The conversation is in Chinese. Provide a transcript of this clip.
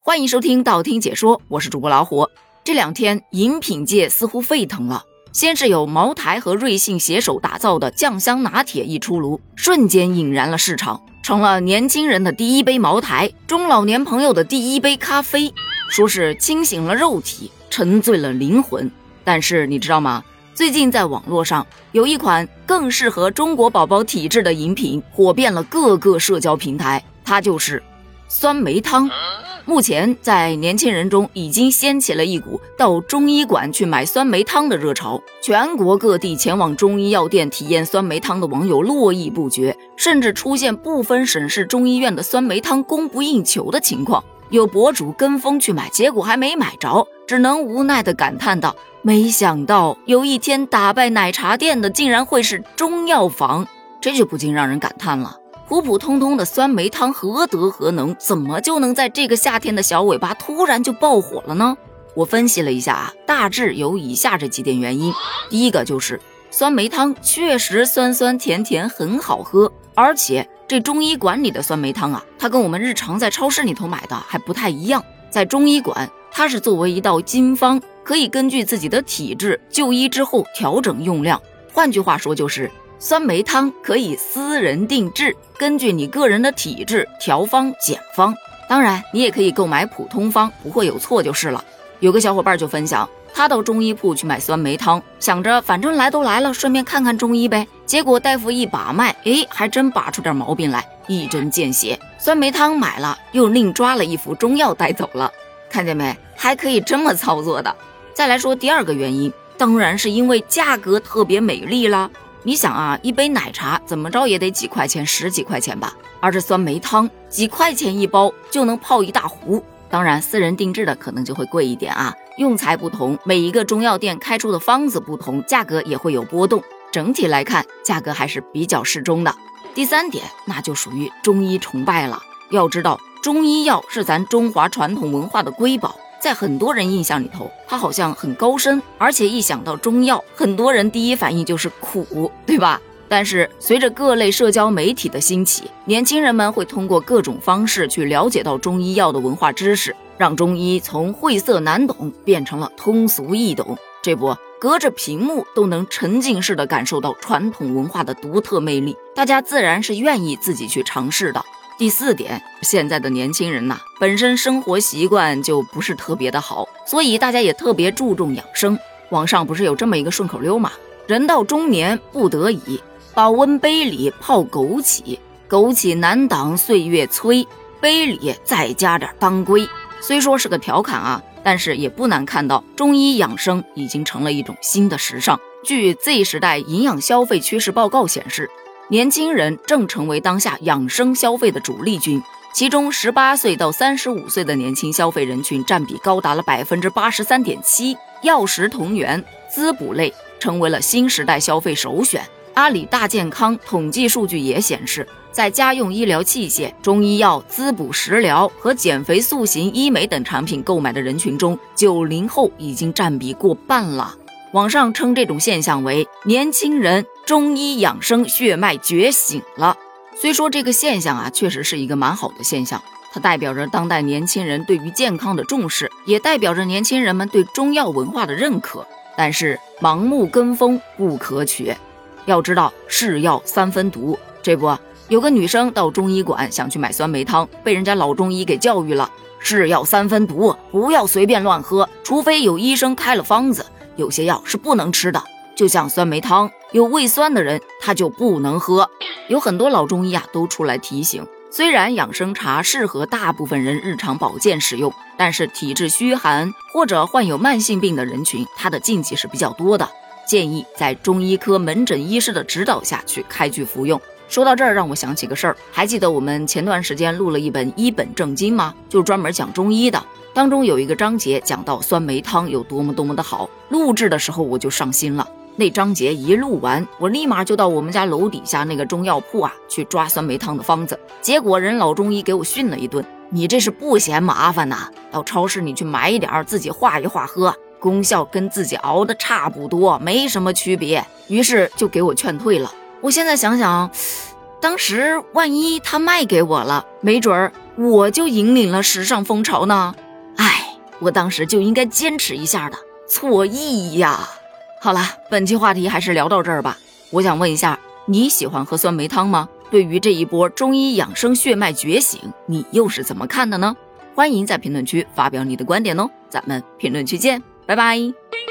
欢迎收听道听解说，我是主播老虎。这两天饮品界似乎沸腾了，先是有茅台和瑞幸携手打造的酱香拿铁一出炉，瞬间引燃了市场，成了年轻人的第一杯茅台，中老年朋友的第一杯咖啡，说是清醒了肉体，沉醉了灵魂。但是你知道吗？最近在网络上有一款更适合中国宝宝体质的饮品火遍了各个社交平台，它就是酸梅汤。目前在年轻人中已经掀起了一股到中医馆去买酸梅汤的热潮，全国各地前往中医药店体验酸梅汤的网友络绎不绝，甚至出现部分省市中医院的酸梅汤供不应求的情况。有博主跟风去买，结果还没买着，只能无奈地感叹道，没想到有一天打败奶茶店的竟然会是中药房，这就不禁让人感叹了。普普通通的酸梅汤何德何能，怎么就能在这个夏天的小尾巴突然就爆火了呢？我分析了一下大致有以下这几点原因。第一个就是酸梅汤确实酸酸甜甜很好喝，而且这中医馆里的酸梅汤它跟我们日常在超市里头买的还不太一样。在中医馆，它是作为一道经方，可以根据自己的体质就医之后调整用量。换句话说，就是酸梅汤可以私人定制，根据你个人的体质调方减方。当然你也可以购买普通方，不会有错就是了。有个小伙伴就分享，他到中医铺去买酸梅汤，想着反正来都来了，顺便看看中医呗。结果大夫一把脉，还真把出点毛病来，一针见血。酸梅汤买了，又另抓了一副中药带走了。看见没？还可以这么操作的。再来说第二个原因，当然是因为价格特别美丽啦。你想一杯奶茶怎么着也得几块钱，10几块钱吧，而这酸梅汤几块钱一包就能泡一大壶。当然私人定制的可能就会贵一点用材不同，每一个中药店开出的方子不同，价格也会有波动。整体来看，价格还是比较适中的。第三点，那就属于中医崇拜了。要知道，中医药是咱中华传统文化的瑰宝，在很多人印象里头，它好像很高深，而且一想到中药，很多人第一反应就是苦，对吧？但是随着各类社交媒体的兴起，年轻人们会通过各种方式去了解到中医药的文化知识，让中医从晦涩难懂变成了通俗易懂。这不，隔着屏幕都能沉浸式的感受到传统文化的独特魅力，大家自然是愿意自己去尝试的。第四点，现在的年轻人本身生活习惯就不是特别的好，所以大家也特别注重养生。网上不是有这么一个顺口溜吗？人到中年不得已，保温杯里泡枸杞，枸杞难挡岁月催，杯里再加点当归。虽说是个调侃但是也不难看到中医养生已经成了一种新的时尚。据 Z 时代营养消费趋势报告显示，年轻人正成为当下养生消费的主力军，其中18岁到35岁的年轻消费人群占比高达了 83.7%， 药食同源，滋补类成为了新时代消费首选。阿里大健康统计数据也显示，在家用医疗器械、中医药、滋补食疗和减肥塑形医美等产品购买的人群中，90后已经占比过半了。网上称这种现象为年轻人中医养生血脉觉醒了。虽说这个现象确实是一个蛮好的现象，它代表着当代年轻人对于健康的重视，也代表着年轻人们对中药文化的认可。但是盲目跟风不可取，要知道是药三分毒。这不，有个女生到中医馆想去买酸梅汤，被人家老中医给教育了，是药三分毒，不要随便乱喝，除非有医生开了方子，有些药是不能吃的，就像酸梅汤，有胃酸的人他就不能喝。有很多老中医都出来提醒，虽然养生茶适合大部分人日常保健使用，但是体质虚寒或者患有慢性病的人群，它的禁忌是比较多的，建议在中医科门诊医师的指导下去开具服用。说到这儿，让我想起个事儿，还记得我们前段时间录了一本医本正经吗？就专门讲中医的，当中有一个章节讲到酸梅汤有多么多么的好，录制的时候我就上心了。那章节一录完，我立马就到我们家楼底下那个中药铺去抓酸梅汤的方子，结果人老中医给我训了一顿，你这是不嫌麻烦到超市你去买一点，自己化一化喝，功效跟自己熬的差不多，没什么区别。于是就给我劝退了。我现在想想，当时万一他卖给我了，没准儿我就引领了时尚风潮呢？哎，我当时就应该坚持一下的，错意呀。好了，本期话题还是聊到这儿吧。我想问一下，你喜欢喝酸梅汤吗？对于这一波中医养生血脉觉醒，你又是怎么看的呢？欢迎在评论区发表你的观点哦，咱们评论区见，拜拜。